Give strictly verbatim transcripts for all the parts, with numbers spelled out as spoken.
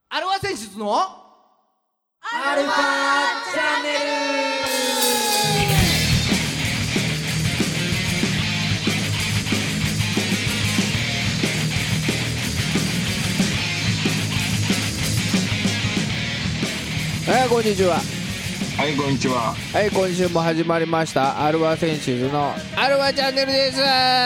アルファ選出のアルファチャンネル。 はい、こんにちは。 はい、こんにちは。 はい、今週も始まりましたアルファセンシズのアルファチャンネルです。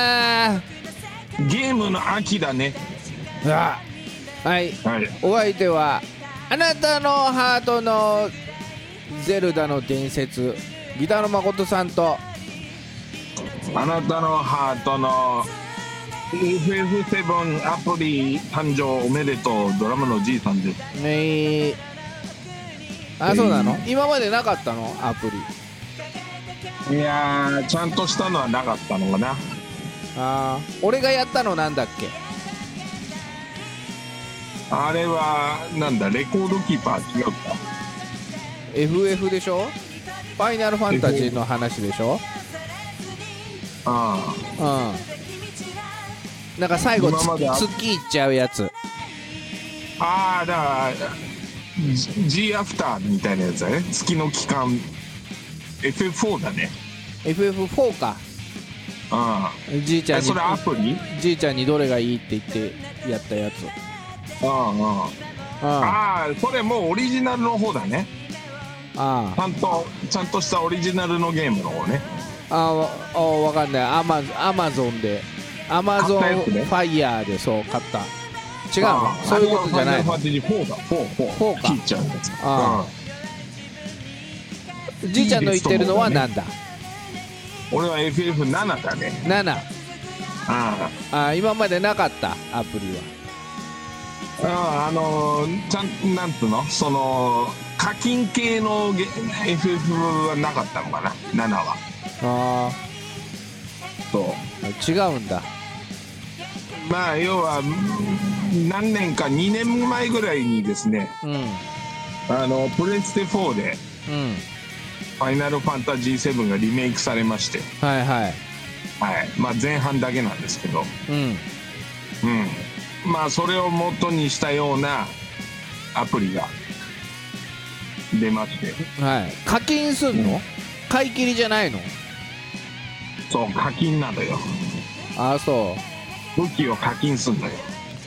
ゲームの秋だね。 あ、はい、 はい、 お相手はあなたのハートのゼルダの伝説ギターの誠さんと、 あなたのハートの エフエフセブン アプリ誕生おめでとう、ドラムのじいさんです。 ねえ、あ、そうなの、今までなかったのアプリ。 いやー、ちゃんとしたのはなかったのかな。 あー、俺がやったのなんだっけ。 あれはなんだ、レコードキーパー違うか。 エフエフ でしょ。ファイナルファンタジーの話でしょ。 あうん、なんか最後今まであ月いっちゃうやつ。 ああ、だから G アフターみたいなやつだね。月の期間 エフエフフォー だね。 エフエフフォー か。 あじいちゃんに、 あ、それアプリ。 じいちゃんにどれがいいって言ってやったやつ。 ああああああ、それもうオリジナルの方だね。 あちゃんとちゃんとしたオリジナルのゲームの方ね。 ああ、わかんない。アマアマゾンでアマゾンフ買ったやつねァイヤーでそう買った。違うの、そういうことじゃないの。 ファイナルファンタジーフォーだ。フォー、フォー、 フォーか切っちゃうやつ。 あじいちゃんの言ってるのはなんだ。 うん、俺は エフエフセブン だね。 なな。 ああ、今までなかったアプリあ、ああ、あのー、ちゃんなんつうの、その課金系のゲ エフエフ はなかったのかな、ななは。 は。あそうあ、違うんだ。 まあ要は何年かにねんまえぐらいにですね、 うんあのプレステフォーでうんファイナルファンタジーセブンがリメイクされまして、 はいはい。 はい、まあ前半だけなんですけど、 うんうん、まあそれを元にしたようなアプリが出まして、 はい。課金すんの、 うん、 買い切りじゃないの。 そう、課金なのよ。 ああ、そう。 武器を課金すんのよ。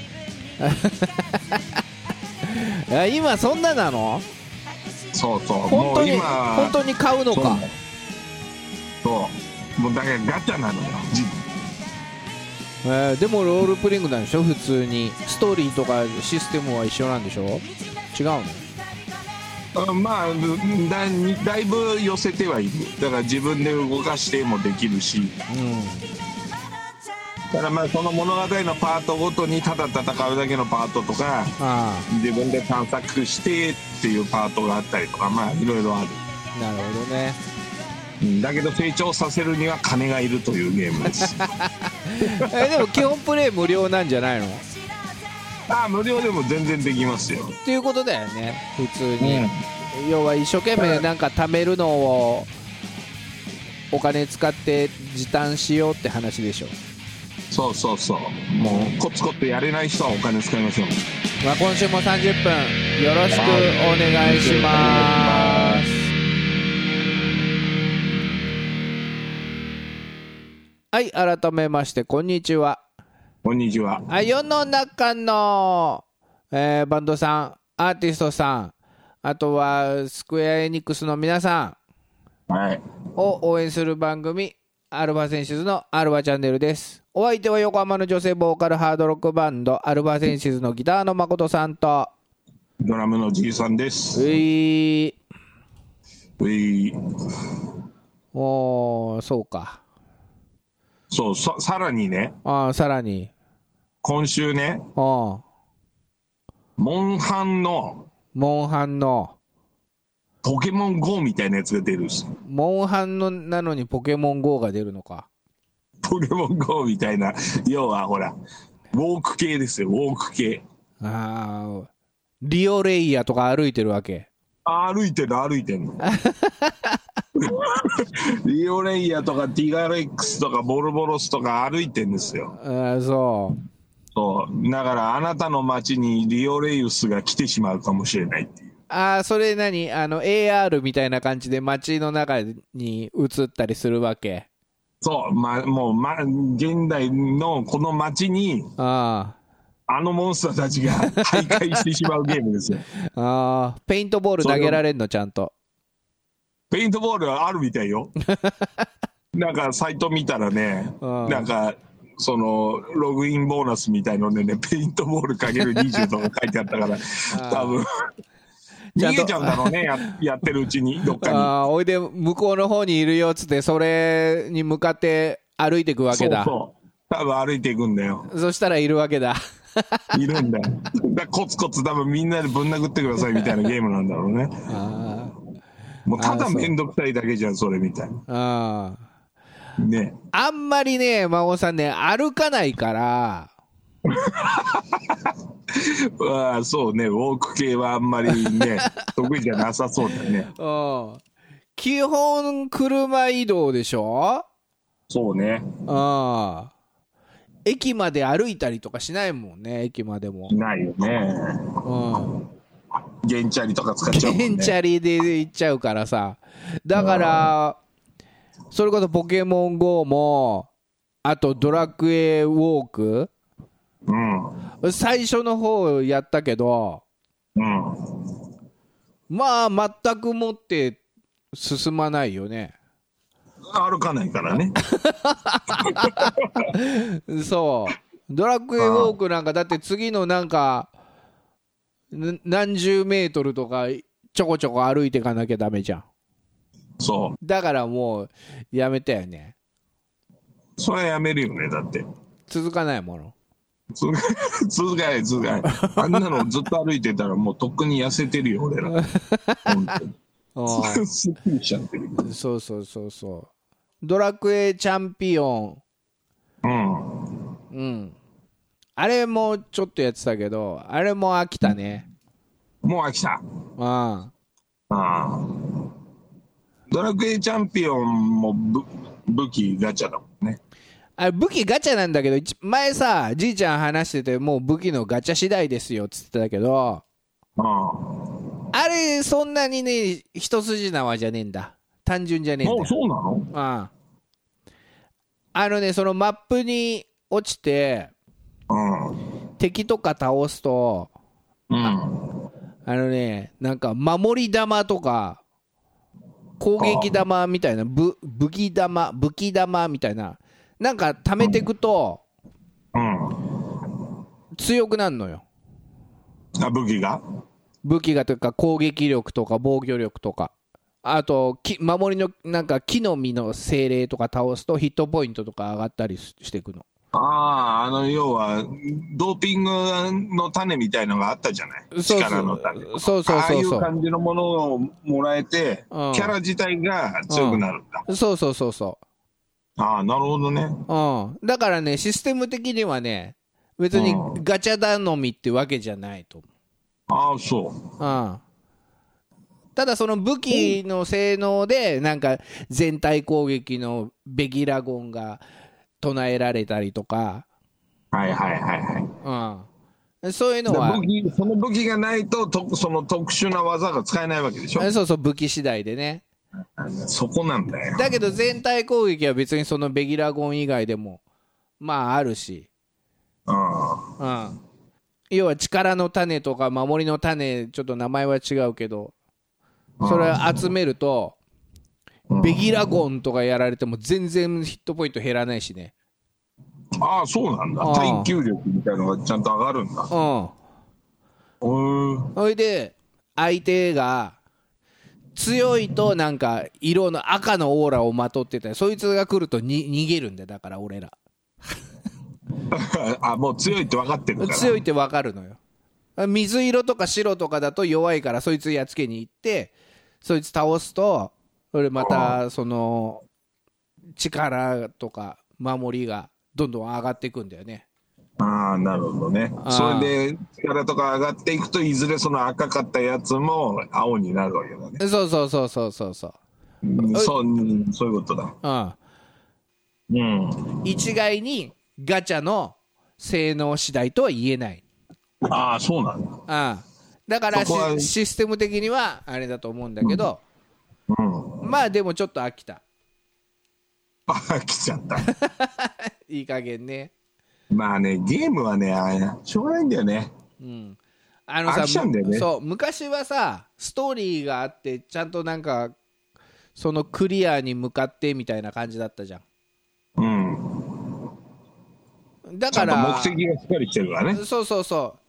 いや、今そんななの。 そうそう、 本当にもう今本当に買うのか。 そうもうだからガチャなのよ。 えー、でもロールプレイングなんでしょ。普通にストーリーとかシステムは一緒なんでしょ。違うの。 あ、まあだ, だいぶ寄せてはいる。だから自分で動かしてもできるし、 うん、 だからまあその物語のパートごとにただ戦うだけのパートとか、 あ自分で探索してっていうパートがあったりとか、まあいろいろある。 あ、なるほどね。 だけど成長させるには金がいるというゲームです。 え、でも基本プレイ無料なんじゃないの。 ああ、無料でも全然できますよ。 っていうことだよね、普通に、 うん、 要は一生懸命なんか貯めるのをお金使って時短しようって話でしょ。 そうそうそう、もうコツコツやれない人はお金使いましょう。 まあ、今週もさんじゅっぷんよろしくお願いします。はい、改めましてこんにちは。 こんにちは。 あ、世の中の、えー、バンドさん、アーティストさん、あとはスクエアエニックスの皆さん、 はい、 を応援する番組アルファセンシズのアルファチャンネルです。お相手は横浜の女性ボーカルハードロックバンドアルファセンシズのギターの誠さんとドラムのじいさんです。 ういういおー、そうか。 そう、ささらにね、 あ、さらに今週ね、 あモンハンのモンハンのポケモン ゴー みたいなやつが出るんです。 モンハンのなのにポケモン ゴー が出るのか。 ポケモン ゴー みたいな、要はほらウォーク系ですよ、ウォーク系。 ああ、リオレイヤとか歩いてるわけ。 歩いてる歩いてるのリオレイヤとかティガレックスとかボルボロスとか歩いてるんですよ。 あ、そそうだからあなたの街にリオレイウスが来てしまうかもしれないっていう。 ああ、それ何あの エーアール みたいな感じで街の中に映ったりするわけ？ そう、ま、もう、ま、現代のこの街にああのモンスターたちが徘徊してしまうゲームですよ。 ああ、ペイントボール投げられんのちゃんと？ ペイントボールはあるみたいよ。なんかサイト見たらね、なんかそのログインボーナスみたいのでね、ペイントボールかけるにじゅうとか書いてあったから多分逃げちゃうんだろうね、 や, やってるうちにどっかに。 ああ、おいで向こうの方にいるよっつってそれに向かって歩いていくわけだ。 そうそう多分歩いていくんだよ。 そしたらいるわけだ。 いるんだよ。だコツコツ多分みんなでぶん殴ってくださいみたいなゲームなんだろうね。 あもうただめんどくさいだけじゃんそれみたいな。 あね、 あんまりね、孫さんね、歩かないからああそうね、ウォーク系はあんまりね得意じゃなさそうだね。 うん、基本車移動でしょ。 そうね。 ああ、駅まで歩いたりとかしないもんね。駅までもないよね。 うんゲンチャリとか使っちゃうもんね。 ゲンチャリで行っちゃうからさ。だからそれこそポケモン ゴー もあとドラクエウォーク、 うん、 最初の方やったけど、 うん、 まあ全くもって進まないよね。 歩かないからね。 そうドラクエウォークなんかだって次のなんか何十メートルとかちょこちょこ歩いていかなきゃダメじゃん。 そうだからもうやめたよね。 それはやめるよね。だって続かないもの。 続か続かない続かない。あんなのずっと歩いてたらもうとっくに痩せてるよ俺ら。本当にすっきりしちゃってる。 そうそうそうそう。ドラクエチャンピオン、 うんうん、あれもちょっとやってたけど、あれも飽きたね。 もう飽きた。 ああドラクエチャンピオンもぶ武器ガチャだもんね。 あれ武器ガチャなんだけど、前さじいちゃん話してて、もう武器のガチャ次第ですよっつってたけど、 ああれそんなにね一筋縄じゃねえんだ。単純じゃねえんだよ。 あそうなの？ あああのね、そのマップに落ちて、 うん、 敵とか倒すと、 うん、 あのね、なんか守り玉とか攻撃玉みたいな、ぶ武器玉武器玉みたいな、なんか貯めていくと強くなるのよ。 あ武器が武器がというか攻撃力とか防御力とか、あとき守りのなんか木の実の精霊とか倒すとヒットポイントとか上がったりしていくの。 あああの要はドーピングの種みたいのがあったじゃない。 そうそう力の種。 そうそうそうそう。 ああいう感じのものをもらえて、 うん、 キャラ自体が強くなるんだ。 うん、そうそうそうそう。 ああなるほどね。 うん、だからねシステム的にはね別にガチャ頼みってわけじゃないと思う。 ああそう。 うん、ただその武器の性能でなんか全体攻撃のベギラゴンが唱えられたりとか、 はいはいはいはい、うん、そういうのは武器その武器がないととその特殊な技が使えないわけでしょ。 そうそう武器次第でね。 そこなんだよ。 だけど全体攻撃は別にそのベギラゴン以外でもまああるし、 うんうん要は力の種とか守りの種、ちょっと名前は違うけどそれ集めるとベギラゴンとかやられても全然ヒットポイント減らないしね。 ああそうなんだ。耐久力みたいなのがちゃんと上がるんだ。 うん。それで相手が強いとなんか色の赤のオーラをまとってたり、そいつが来るとに逃げるんだよ。だから俺らあもう強いって分かってるから。 強いって分かるのよ。水色とか白とかだと弱いからそいつやっつけに行ってそいつ倒すと俺またその力とか守りがどんどん上がっていくんだよね。 ああなるほどね。それで力とか上がっていくといずれその赤かったやつも青になるわけだね。 そうそうそうそうそうそう、 うん、そうそういうことだ。 うん、うん、一概にガチャの性能次第とは言えない。 ああ、そうなんだ。 ああだからそこはシステム的にはあれだと思うんだけど、 うん。 まあでもちょっと飽きた。 あ、来ちゃった。 いい加減ね。 まあね、ゲームはね、あしょうがないんだよね。 うん、あのさ飽きちゃうんだよね。 そう昔はさストーリーがあってちゃんとなんかそのクリアに向かってみたいな感じだったじゃん。 うん。 だからちゃんと目的がしっかりしてるからね。 そうそうそう、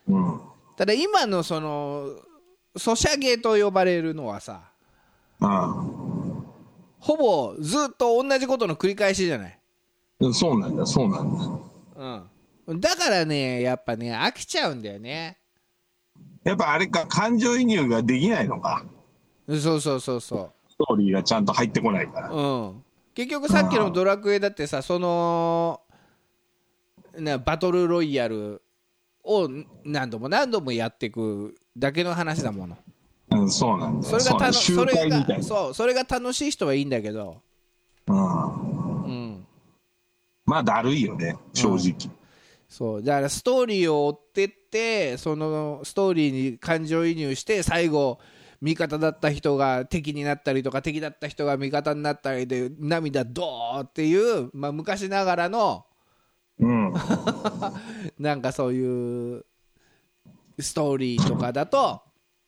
うん。 ただ今のそのソシャゲと呼ばれるのはさ、 あほぼずっと同じことの繰り返しじゃない。 あ、そうなんだ、そうなんだ。 うん、だからねやっぱね飽きちゃうんだよね。 やっぱあれか、感情移入ができないのか。 そうそうそうそストーリーがちゃんと入ってこないから。 う、うん、結局さっきのドラクエだってさそのなバトルロイヤルを何度も何度もやっていくだけの話だもの。 うん、そうなんだよ。 それが楽集それ会みたいな。 がそうそれが楽しい人はいいんだけど、 うん。 うん、 まあ、だるいよね、正直。 そうだからストーリーを追ってってそのストーリーに感情移入して最後味方だった人が敵になったりとか敵だった人が味方になったりで涙ドーっていう、まあ、昔ながらのうん。 なんかそういうストーリーとかだと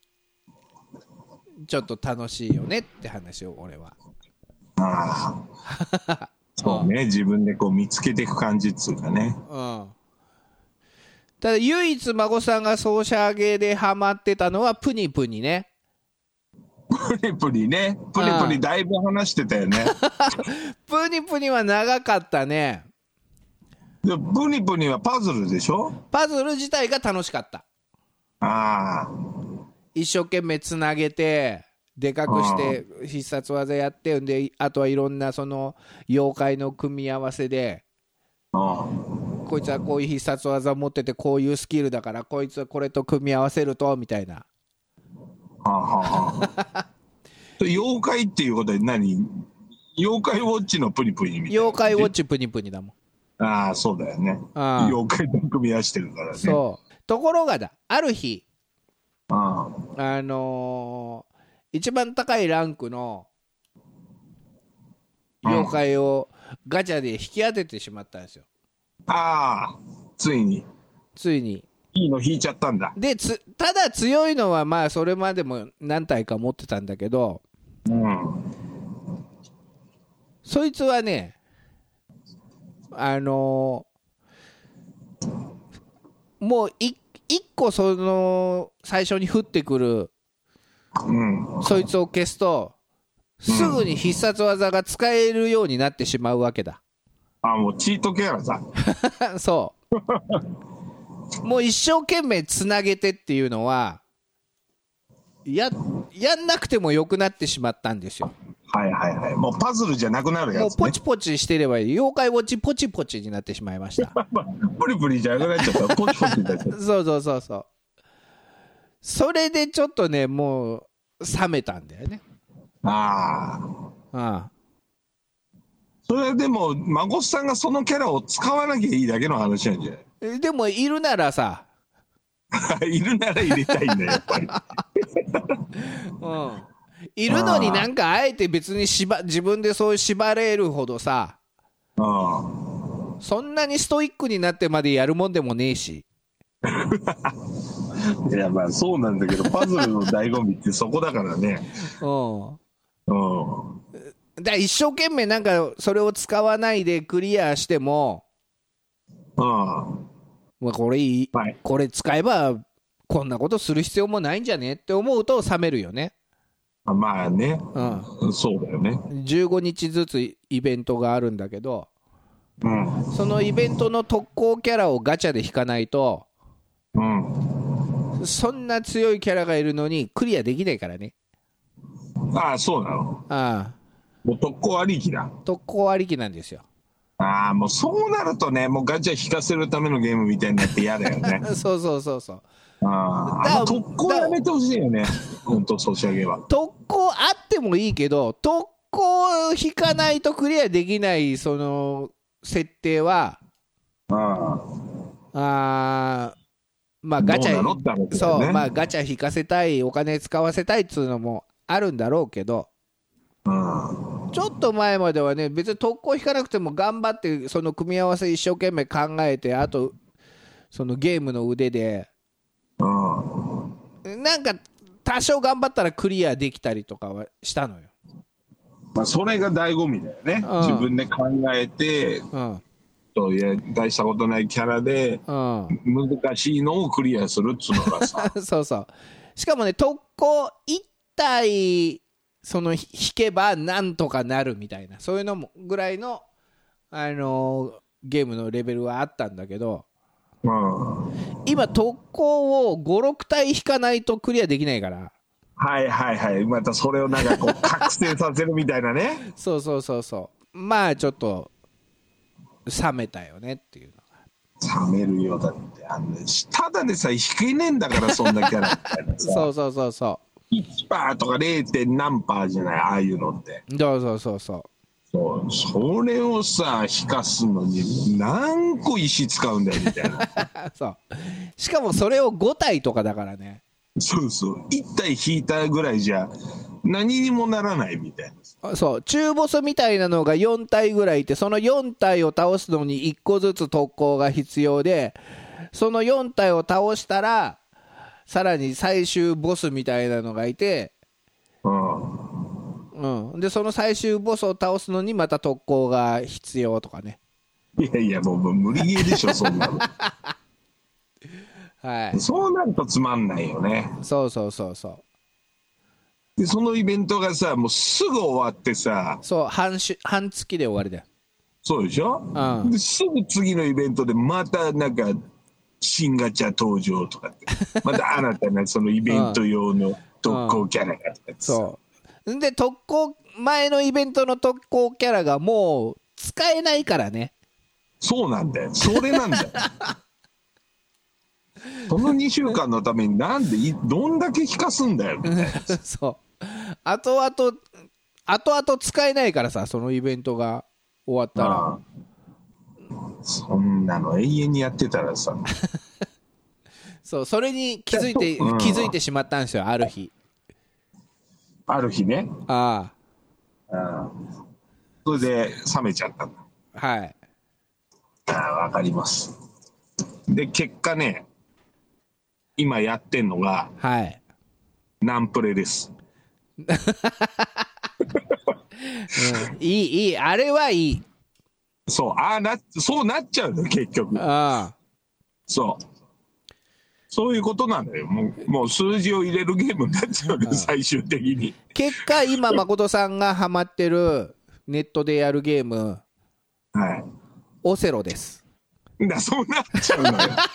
ちょっと楽しいよねって話を俺は。 ああ。そうね、自分でこう見つけていく感じっつうかね。 うん。ただ唯一孫さんがソシャゲでハマってたのはプニプニね。 プニプニね。プニプニだいぶ話してたよね。 プニプニは長かったね。 でプニプニはパズルでしょ。 パズル自体が楽しかった。 ああ。 一生懸命つなげてでかくして必殺技やってんで、あとはいろんなその妖怪の組み合わせで、 あこいつはこういう必殺技を持っててこういうスキルだからこいつはこれと組み合わせるとみたいな。 あ。はあ。妖怪っていうことは何？妖怪ウォッチのプニプニみたいな。 妖怪ウォッチプニプニだもん。 ああ、そうだよね。 ああ妖怪と組み合わせてるからね。 そうところがだある日ああのー一番高いランクの妖怪をガチャで引き当ててしまったんですよ。 あ。ああ、ついに。 ついに。 いいの引いちゃったんだ。 でつただ強いのはまあそれまでも何体か持ってたんだけど、 うん。 そいつはねあのーもうい一個その最初に降ってくるうん。 そいつを消すとすぐに必殺技が使えるようになってしまうわけだ。 あ、もうチートキャラだ。 そうもう一生懸命つなげてっていうのはややんなくてもよくなってしまったんですよ。 はいはいはい。もうパズルじゃなくなるやつ、ね。 もうポチポチしてればいい。妖怪ウォッチポチポチになってしまいました。 プリプリじゃなくなっちゃった。ポチポチになっちゃった。 そうそうそうそう。それでちょっとねもう冷めたんだよね。 ああ。 ああそれはでも孫さんがそのキャラを使わなきゃいいだけの話なんじゃない？ えでもいるならさいるなら入れたいんだよやっぱり。 うん、いるのになんかあえて別に縛自分でそう縛れるほどさあそんなにストイックになってまでやるもんでもねえし。 いやまあそうなんだけどパズルの醍醐味ってそこだからね。 うんうん。 だから一生懸命なんかそれを使わないでクリアしても、 うん。 まあ、これいい、 はい、 これ使えばこんなことする必要もないんじゃねって思うと冷めるよね。 まあね、 うん、 そうだよね。 じゅうごにちずつイベントがあるんだけど、 うん、 そのイベントの特攻キャラをガチャで引かないと、 うん、 そんな強いキャラがいるのにクリアできないからね。 ああそうなの。 ああもう特攻ありきだ。 特攻ありきなんですよ。 ああもうそうなるとねもうガチャ引かせるためのゲームみたいになって嫌だよね。 そうそうそうそう。 ああ特攻やめてほしいよね。本当ソシャゲは特攻あってもいいけど特攻引かないとクリアできないその設定はああーまあガチどうなのって話だよね。 ャそうまあガチャ引かせたいお金使わせたいっつうのもあるんだろうけど、 うん、 ちょっと前まではね別に特攻引かなくても頑張ってその組み合わせ一生懸命考えて、あとそのゲームの腕でうん、 なんか多少頑張ったらクリアできたりとかはしたのよ。 まあ、それが醍醐味だよね、 うん、 自分で考えて、うん、といや大したことないキャラで、うん、難しいのをクリアするっつうのがさそうそう、しかもね特攻いち体その引けばなんとかなるみたいな、そういうのもぐらいの、あのー、ゲームのレベルはあったんだけど、うん、今特攻をごろく体引かないとクリアできないから。 はいはいはい、またそれをなんかこう覚醒させるみたいなねそうそうそうそう、まあちょっと冷めたよねっていうのが冷めるよ。だってあのただでさえ引けねえんだからそんなキャラみたいなさそうそうそうそういちパーセント とか ゼロ. 何パーじゃない、ああいうのって。 そうそうそうそうそうそれをさ引かすのに何個石使うんだよみたいなそうしかもそれをご体とかだからね。 そうそういち体引いたぐらいじゃ何にもならないみたいな。そう中ボスみたいなのがよん体ぐらいいて、そのよん体を倒すのにいっこずつ特攻が必要で、そのよん体を倒したらさらに最終ボスみたいなのがいて、うんうん、でその最終ボスを倒すのにまた特攻が必要とかね。 いやいやもう無理ゲーでしょそんなのはい、そうなるとつまんないよね。 そうそうそうそうでそのイベントがさもうすぐ終わってさ、 そう 半, し半月で終わりだよ。 そうでしょ、うん、ですぐ次のイベントでまたなんか新ガチャ登場とかってまた新たなそのイベント用の特攻キャラがとかってさ、 そうで特攻前のイベントの特攻キャラがもう使えないからね。 そうなんだよ、それなんだよそのにしゅうかんのためになんでどんだけ引かすんだよみたいなそう後々後々使えないからさ、そのイベントが終わったら。ああそんなの永遠にやってたらさそうそれに気づいて、うん、気づいてしまったんですよ、ある日ある日ね。 あああそれで冷めちゃったんだ。 はい、 ああわかります。で結果ね今やってんのが、はい、ナンプレです、 うん、いいいいあれはいい。 そうああなそうなっちゃうの結局。ああそうそういうことなんだよ。もう、もう数字を入れるゲームになっちゃうの最終的に。 結果今誠さんがハマってるネットでやるゲーム、はい、オセロです。 だそうなっちゃうのよ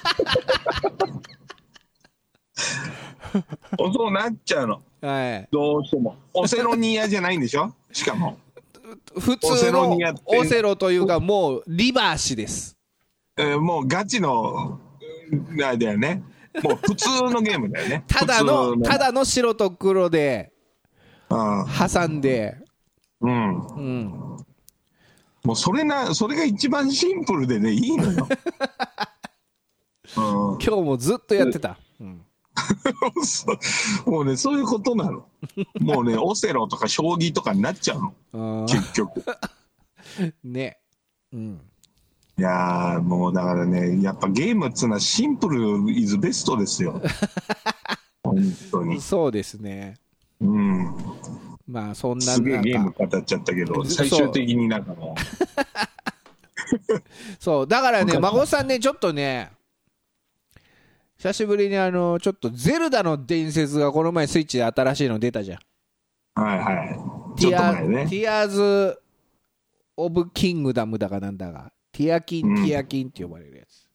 そうなっちゃうの、はい、どうしてもオセロニアじゃないんでしょしかも普通のオセロというかもうリバーシです、 えー、もうガチのあれだよね。もう普通のゲームだよねただのただの白と黒で挟んで、うん、うん、 もうそれなそれが一番シンプルでねいいのよ、 うん、今日もずっとやってた、うん、 もうねそういうことなのもうねオセロとか将棋とかになっちゃうの結局ね、うん、 いやもうだからねやっぱゲームっつうのはシンプルイズベストですよ本当にそうですね。 うんまあそんなすげえゲーム語っちゃったけど最終的になんかもうそうだからね孫さんねちょっとね久しぶりにあのちょっとゼルダの伝説がこの前スイッチで新しいの出たじゃん。 はいはいティア、ね、ティアーズ・オブ・キングダムだかなんだがティアキン、うん、ティアキンって呼ばれるやつ。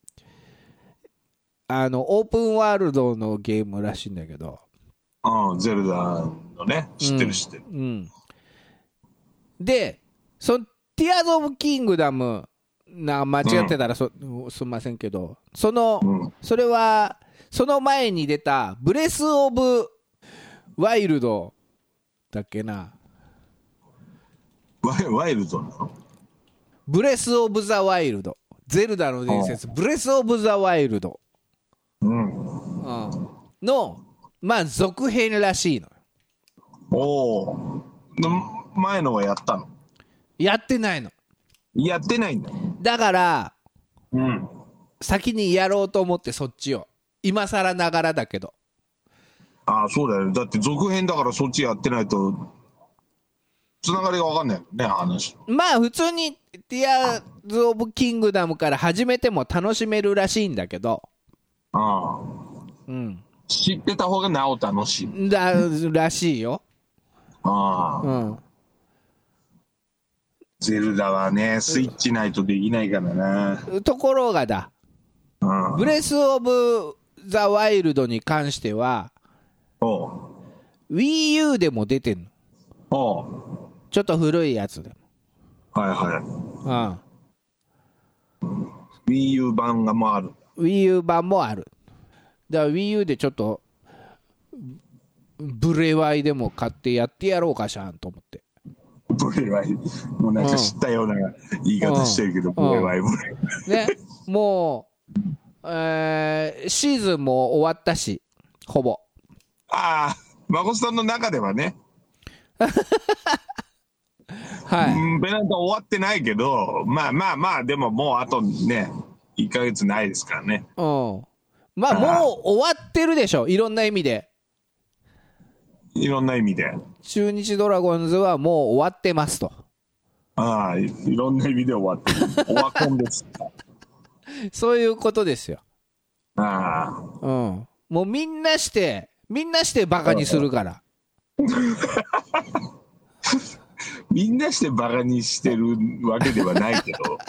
あのオープンワールドのゲームらしいんだけど、 ああゼルダのね知ってる知ってる、うんうん、 でそのティアーズ・オブ・キングダムな間違ってたら そ,、うん、すみませんけどその、うん、それはその前に出たブレス・オブ・ワイルドだっけな。 ワイ、ワイルドなの？ ブレス・オブ・ザ・ワイルドゼルダの伝説ブレス・オブ・ザ・ワイルド、 うんうん、のまあ続編らしいの。 おお。前のはやったの？ やってないの。 やってないんだ。 だからうん先にやろうと思ってそっちを今更ながらだけど。 ああそうだよね。だって続編だからそっちやってないとつながりが分かんないもんね話。 まあ普通にティアーズ・オブ・キングダムから始めても楽しめるらしいんだけど、 ああ、 うん、 知ってた方がなお楽しいだらしいよ。 ああ、 うん、 ゼルダはねスイッチないとできないからな。 ところがだ、 うん、 ブレス・オブ・ザ・ワイルドに関してはおう WiiU でも出てんの。 おうちょっと古いやつでも。 はいはい、うん、 WiiU 版がもある。 WiiU 版もある。だから WiiU でちょっとブレワイでも買ってやってやろうかしらんと思って。 ブレワイもうなんか知ったような言い方してるけど、うん、ブレワイブレワイね、もう、えー、シーズンも終わったしほぼ。 ああ孫さんの中ではねはい、 うん、ベランダ終わってないけどまあまあまあでももうあとねいっかげつないですからね。 うん、まあもう終わってるでしょ、いろんな意味で。 いろんな意味で中日ドラゴンズはもう終わってますと。 ああ い, いろんな意味で終わってるオワコンですそういうことですよ。 ああ、 うん、もうみんなしてみんなしてバカにするからみんなしてバカにしてるわけではないけど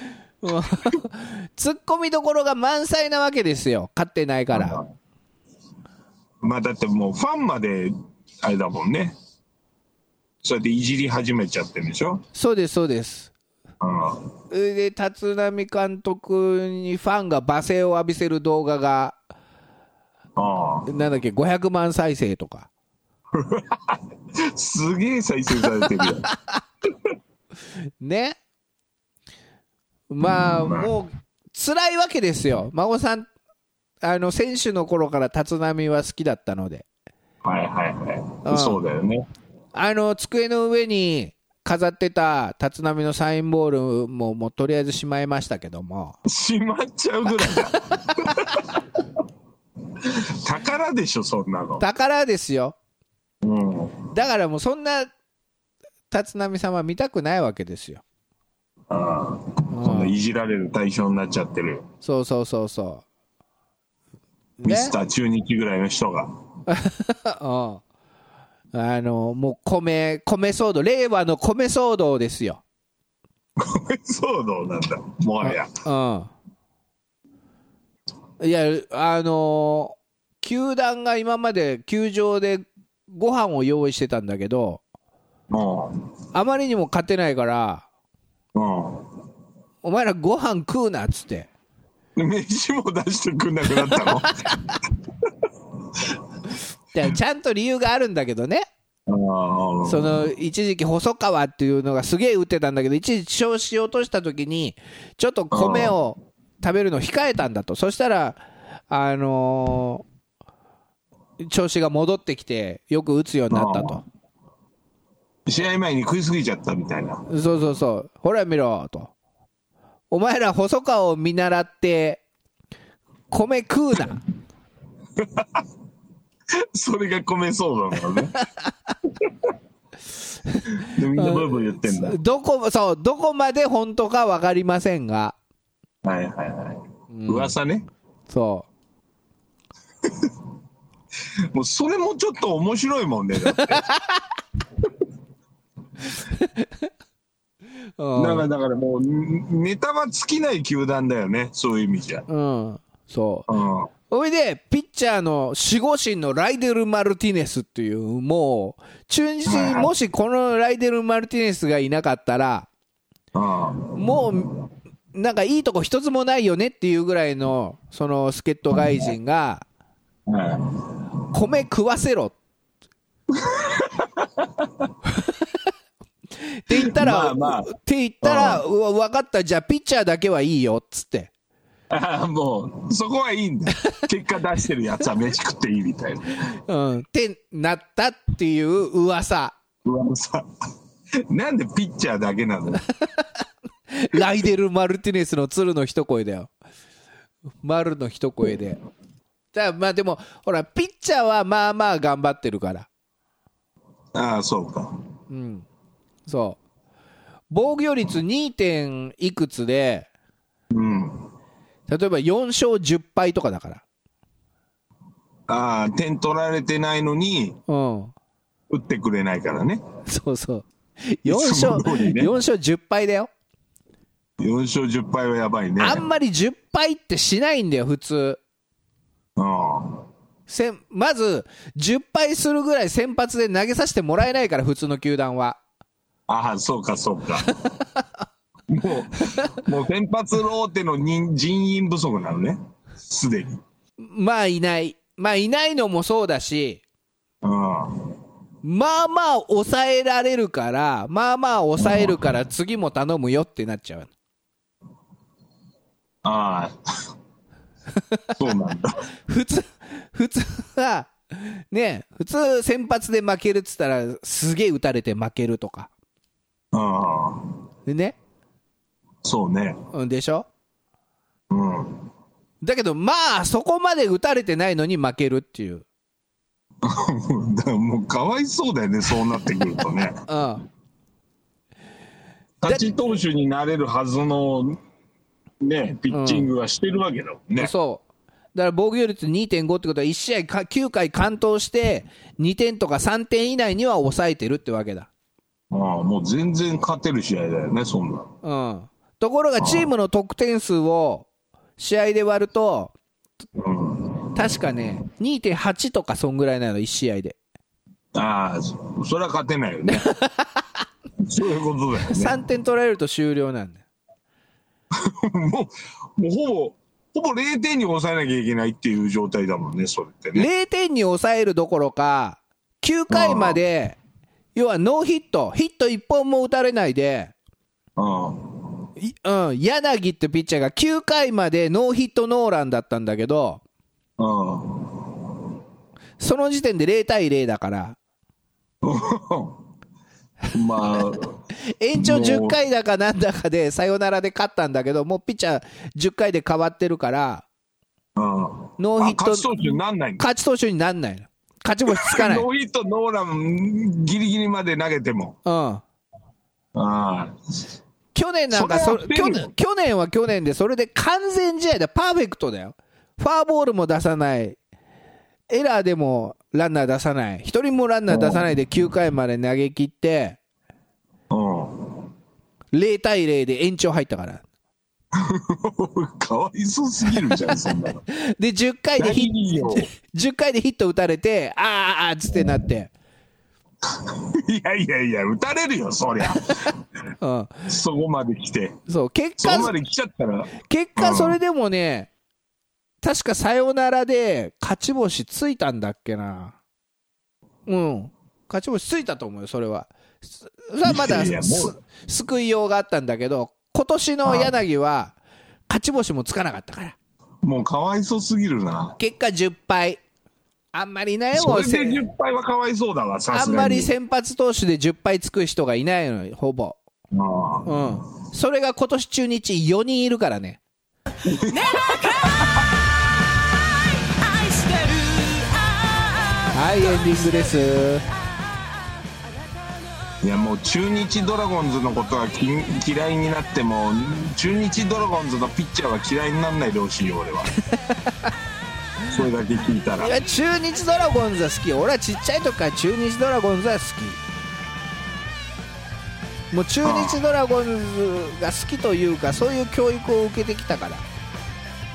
ツッコミどころが満載なわけですよ、勝ってないから。 まあだってもうファンまであれだもんね、そうやっていじり始めちゃってるんでしょ。 そうですそうです。 うん、 で立浪監督にファンが罵声を浴びせる動画がああなんだっけごひゃくまん再生とかすげえ再生されてるよね。まあ、 うん、 もう辛いわけですよ。孫さんあの選手の頃から立浪は好きだったので。 はいはいはい、うん、そうだよね。 あの机の上に飾ってた立浪のサインボールももうとりあえずしまいましたけども。 しまっちゃうぐらいだ宝でしょそんなの。 宝ですよ、 うん、 だからもうそんな立浪さんは見たくないわけですよ。 ああ、うん、そんないじられる対象になっちゃってる。 そうそうそうそう、 ね、ミスター中日ぐらいの人がうんあのもう米米騒動、令和の米騒動ですよ。 米騒動なんだもはや。 うん、いやあのー、球団が今まで球場でご飯を用意してたんだけど、 うん、 あまりにも勝てないから、 うん、 お前らご飯食うなっつって飯も出してくんなくなったのちゃんと理由があるんだけどね。 あその一時期細川っていうのがすげえ打ってたんだけど、一時調子落とした時にちょっと米を食べるのを控えたんだと。そしたらあのー、調子が戻ってきてよく打つようになったと。 試合前に食いすぎちゃったみたいな。 そうそうそう、ほら見ろと、お前ら細川を見習って米食うなそれが米騒動なのねでみんなブーブー言ってんだ。 どこ、そう、どこまで本当か分かりませんが、 はいはいはい、うん、噂ね。 そうもうそれもちょっと面白いもんねだってうん、 だからだからもうネタは尽きない球団だよね、そういう意味じゃ。 うんそう、 うん、 おいでピッチャーの守護神のライデル・マルティネスっていう、もう中日にもしこのライデル・マルティネスがいなかったら、もうなんかいいとこ一つもないよねっていうぐらいのその助っ人外人が米食わせろって言ったら、 まあまあって言ったら、うわ分かった、じゃあピッチャーだけはいいよっつって。 ああ、もうそこはいいんだ。結果出してるやつは飯食っていいみたいな。 うん、ってなったっていう噂。 噂。なんでピッチャーだけなの？ ライデル・マルティネスの鶴の一声だよ。丸の一声で。だまあでもほらピッチャーはまあまあ頑張ってるから。 ああ、そうか。 うん。そう。防御率 に. 点いくつで、 うん。 例えばよん勝じゅっ敗とかだから。 ああ、点取られてないのに、 うん。 打ってくれないからね。 そうそう。よん勝、 ね、 よん勝じゅっ敗だよ。 よん勝じゅっ敗はやばいね。 あんまりじゅっ敗ってしないんだよ、普通。 ああ。 せんまずじゅっ敗するぐらい先発で投げさせてもらえないから、普通の球団は。 ああ、そうかそうか。もう、もう先発ローテの人人員不足なのね、すでに。 まあいない。まあいないのもそうだし、 ああ、 まあまあ抑えられるから、まあまあ抑えるから次も頼むよってなっちゃう。 ああ、そうなんだ。 普通、普通は、ね、普通先発で負けるっつったら、すげえ打たれて負けるとか。 ああ。 でね。 そうね。 うんでしょ？ うん。 だけど、まあ、そこまで打たれてないのに負けるっていう。 だからもうかわいそうだよね、そうなってくるとね。 うん。 勝ち投手になれるはずの、ね、ピッチングはしてるわけだもんね。 うん、そう。だから防御率 にてんご ってことは、いち試合かきゅうかい完投して、にてんとかさんてん以内には抑えてるってわけだ。 ああ、もう全然勝てる試合だよね、そんな。 うん。ところが、チームの得点数を試合で割ると、 うん、 確かね、にてんはち とかそんぐらいなの、いち試合で。 ああ、そ, それは勝てないよね。そういうことだよね。 さんてん取られると終了なんだよ。 もう、もうほぼ、ほぼれいてんに抑えなきゃいけないっていう状態だもんね、それってね。 れいてんに抑えるどころか、きゅうかいまで、要はノーヒット、ヒットいっぽんも打たれないで、 あうん、柳ってピッチャーがきゅうかいまでノーヒットノーランだったんだけど、 あ、 その時点でれいたいれいだから、 まあ、 延長じゅっかいだかなんだかでサヨナラで勝ったんだけど、もうピッチャーじゅっかいで変わってるから、ノーヒット、 勝ち投手になんないの？ 勝ち投手になんないの。勝ち星つかない。 ノーヒットノーランギリギリまで投げても。 うん。 ああ。 去年なんかそ去年、去年は去年でそれで完全試合だ、パーフェクトだよ。ファーボールも出さない、エラーでもランナー出さない、一人もランナー出さないできゅうかいまで投げ切って、れいたいれいで延長入ったから。 かわいそうすぎるじゃん、そんなの。 でじゅっかいでヒットじゅっかいでヒット打たれて、あーあーっつってなって。 いやいやいや、打たれるよ、そりゃ。うん、そこまで来て。 そう、結果、 そこまで来ちゃったら。 結果、それでもね、うん、確かサヨナラで勝ち星ついたんだっけな。うん、勝ち星ついたと思うよ、それは。それはまだいやいや救いようがあったんだけど、今年の柳は勝ち星もつかなかったから。 もうかわいそうすぎるな。 結果じゅっぱい。あんまりいないよ。 それでじゅっぱいはかわいそうだわ、さすがに。 あんまり先発投手でじゅっぱいつく人がいないのよ、ほぼ。 ああ、 うん。それが今年中日よにんいるからね。はい、エンディングです。 いやもう中日ドラゴンズのことは嫌いになっても、中日ドラゴンズのピッチャーは嫌いにならないでほしいよ、俺は。それだけ聞いたら。 いや、中日ドラゴンズは好き。俺はちっちゃい時から中日ドラゴンズは好き。もう中日ドラゴンズが好きというか、そういう教育を受けてきたから、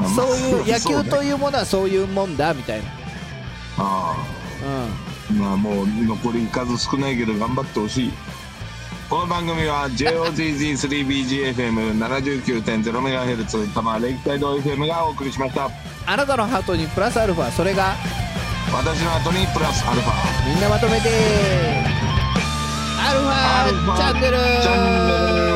そういう野球というものはそういうもんだみたいな。 ああ、うん、まあもう残り数少ないけど頑張ってほしい。この番組は ジェイオーゼットゼットスリービージーエフエムななじゅうきゅうてんゼロメガヘルツ 多摩レイクサイド エフエム がお送りしました。 あなたのハートにプラスアルファ、それが私のハートにプラスアルファ。 みんなまとめてアルファチャンネルチャンネル